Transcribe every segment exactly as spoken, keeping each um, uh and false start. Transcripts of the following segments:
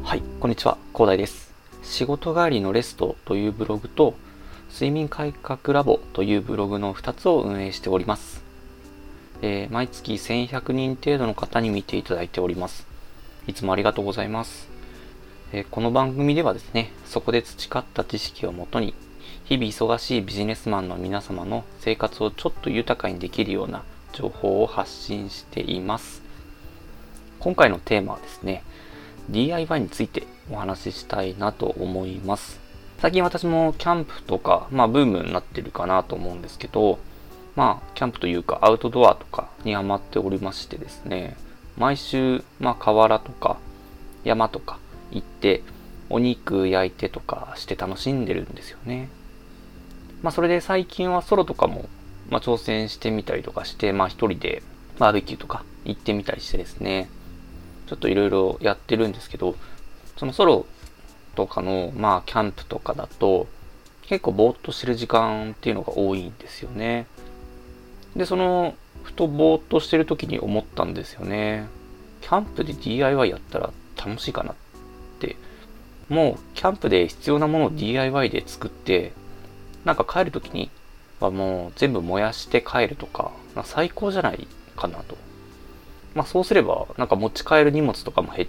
はい、こんにちは、広大です。仕事帰りのレストというブログと、睡眠改革ラボというブログのふたつを運営しております。えー、毎月せんひゃくにん程度の方に見ていただいております。いつもありがとうございます。えー、この番組ではですね、そこで培った知識をもとに、日々忙しいビジネスマンの皆様の生活をちょっと豊かにできるような情報を発信しています。今回のテーマはですね、ディーアイワイ についてお話ししたいなと思います。最近私もキャンプとか、まあブームになってるかなと思うんですけど、まあキャンプというかアウトドアとかにハマっておりましてですね、毎週、まあ河原とか山とか行ってお肉焼いてとかして楽しんでるんですよね。まあそれで最近はソロとかも、まあ、挑戦してみたりとかして、まあ一人でバーベキューとか行ってみたりしてですね、ちょっといろいろやってるんですけど、そのソロとかの、まあ、キャンプとかだと、結構ぼーっとしてる時間っていうのが多いんですよね。で、その、ふとぼーっとしてる時に思ったんですよね。キャンプで ディーアイワイ やったら楽しいかなって。もう、キャンプで必要なものを ディーアイワイ で作って、なんか帰る時にはもう全部燃やして帰るとか、最高じゃないかなと。まあそうすれば、なんか持ち帰る荷物とかも減って、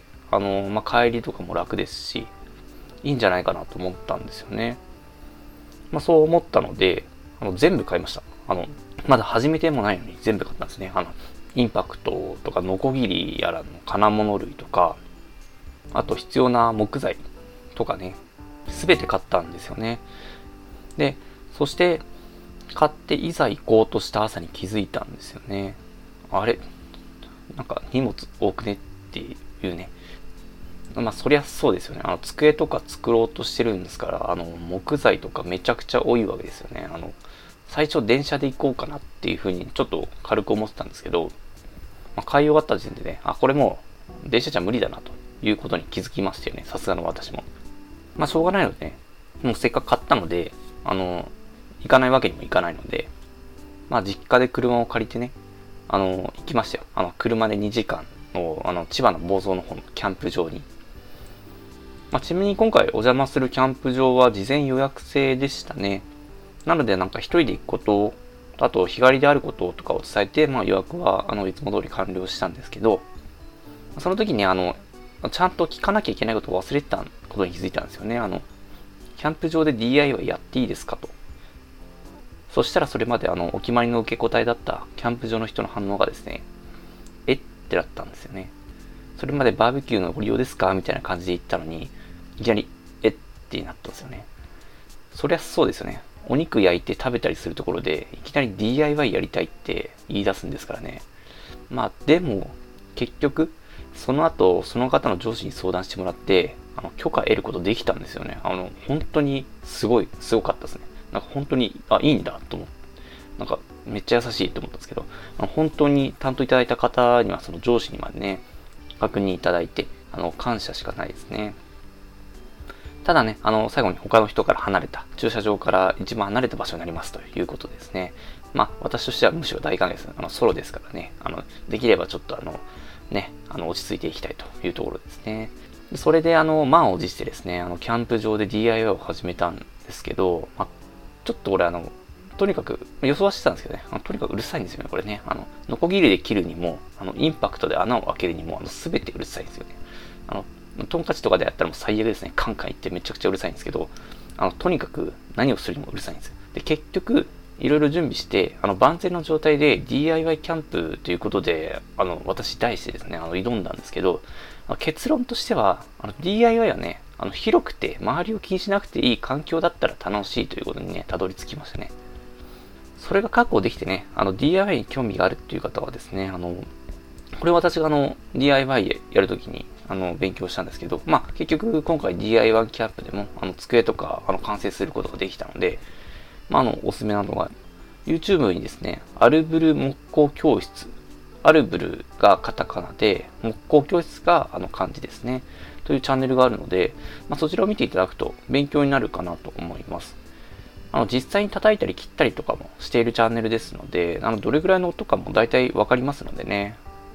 あの、まあ帰りとかも楽ですし、いいんじゃないかなと思ったんですよね。まあそう思ったので、あの全部買いました。あの、まだ始めてもないのに全部買ったんですね。あの、インパクトとかノコギリやらの金物類とか、あと必要な木材とかね、すべて買ったんですよね。で、そして買っていざ行こうとした朝に気づいたんですよね。あれなんか荷物多くねっていうね。まあそりゃそうですよね。あの机とか作ろうとしてるんですから、あの木材とかめちゃくちゃ多いわけですよね。あの最初電車で行こうかなっていうふうにちょっと軽く思ってたんですけど、まあ、買い終わった時点でね、あ、これもう電車じゃ無理だなということに気づきましたよね。さすがの私も。まあしょうがないのでね、もうせっかく買ったので、あの、行かないわけにもいかないので、まあ実家で車を借りてね、あの、行きましたよ。あの、車でにじかんの、あの、千葉の房総の方のキャンプ場に。まあ、ちなみに今回お邪魔するキャンプ場は事前予約制でしたね。なのでなんか一人で行くこと、あと日帰りであることとかを伝えて、まあ予約は、あの、いつも通り完了したんですけど、その時にあの、ちゃんと聞かなきゃいけないことを忘れてたことに気づいたんですよね。あの、キャンプ場で ディーアイワイ やっていいですかと。そしたらそれまであのお決まりの受け答えだったキャンプ場の人の反応がですね、えってなったんですよね。それまでバーベキューのご利用ですかみたいな感じで言ったのに、いきなり、えってなったんですよね。そりゃそうですよね。お肉焼いて食べたりするところで、いきなり ディーアイワイ やりたいって言い出すんですからね。まあでも、結局、その後、その方の上司に相談してもらって、あの許可得ることできたんですよね。あの、本当にすごい、すごかったですね。なんか本当に、あ、いいんだと思って。なんか、めっちゃ優しいと思ったんですけど、あの本当に担当いただいた方には、その上司にまでね、確認いただいて、あの、感謝しかないですね。ただね、あの、最後に他の人から離れた、駐車場から一番離れた場所になりますということですね。まあ、私としてはむしろ大歓迎です。あの、ソロですからね、あの、できればちょっとあの、ね、あの、落ち着いていきたいというところですね。それであの、満を持してですね、あの、キャンプ場で ディーアイワイ を始めたんですけど、まあ、ちょっと俺あの、とにかく、予想はしてたんですけどね、あのとにかくうるさいんですよね、これね。あの、ノコギリで切るにも、あの、インパクトで穴を開けるにも、あの、すべてうるさいんですよね。あの、トンカチとかでやったらもう最悪ですね。カンカン言ってめちゃくちゃうるさいんですけど、あの、とにかく何をするにもうるさいんですよ。で、結局、いろいろ準備して、あの、万全の状態で ディーアイワイ キャンプということで、あの、私題してですね、あの、挑んだんですけど、結論としては、あの ディーアイワイ はね、あの広くて周りを気にしなくていい環境だったら楽しいということにね、たどり着きましたね。それが確保できてね、あの ディーアイワイ に興味があるっていう方はですね、あの、これ私があの ディーアイワイ やるときにあの勉強したんですけど、まあ結局今回 ディーアイワイ キャンプでもあの机とかあの完成することができたので、まああのおすすめなのが YouTube にですね、アルブル木工教室、アルブルがカタカナで木工教室があの漢字ですね、というチャンネルがあるので、まあ、そちらを見ていただくと勉強になるかなと思います。あの実際に叩いたり切ったりとかもしているチャンネルですので、あのどれぐらいの音かも大体わかりますのでね。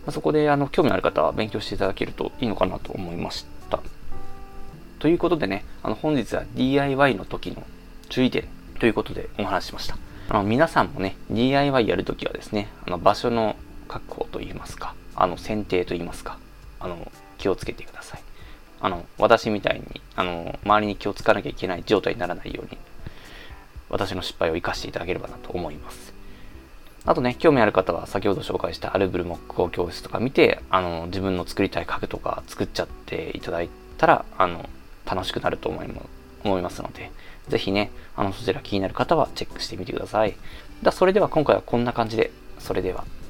あ、そこであの興味のある方は勉強していただけるといいのかなと思いました。ということでね、あの本日は ディーアイワイ の時の注意点ということでお話ししました。あの皆さんもね、ディーアイワイ やるときはですね、あの場所の確保といいますか、あの選定といいますか、あの気をつけてください。あの私みたいにあの周りに気をつかなきゃいけない状態にならないように、私の失敗を生かしていただければなと思います。あとね、興味ある方は先ほど紹介したアルブル木工教室とか見て、あの自分の作りたい家具とか作っちゃっていただいたら、あの楽しくなると思います思いますので、ぜひね、あのそちら気になる方はチェックしてみてください。だそれでは今回はこんな感じで、それでは。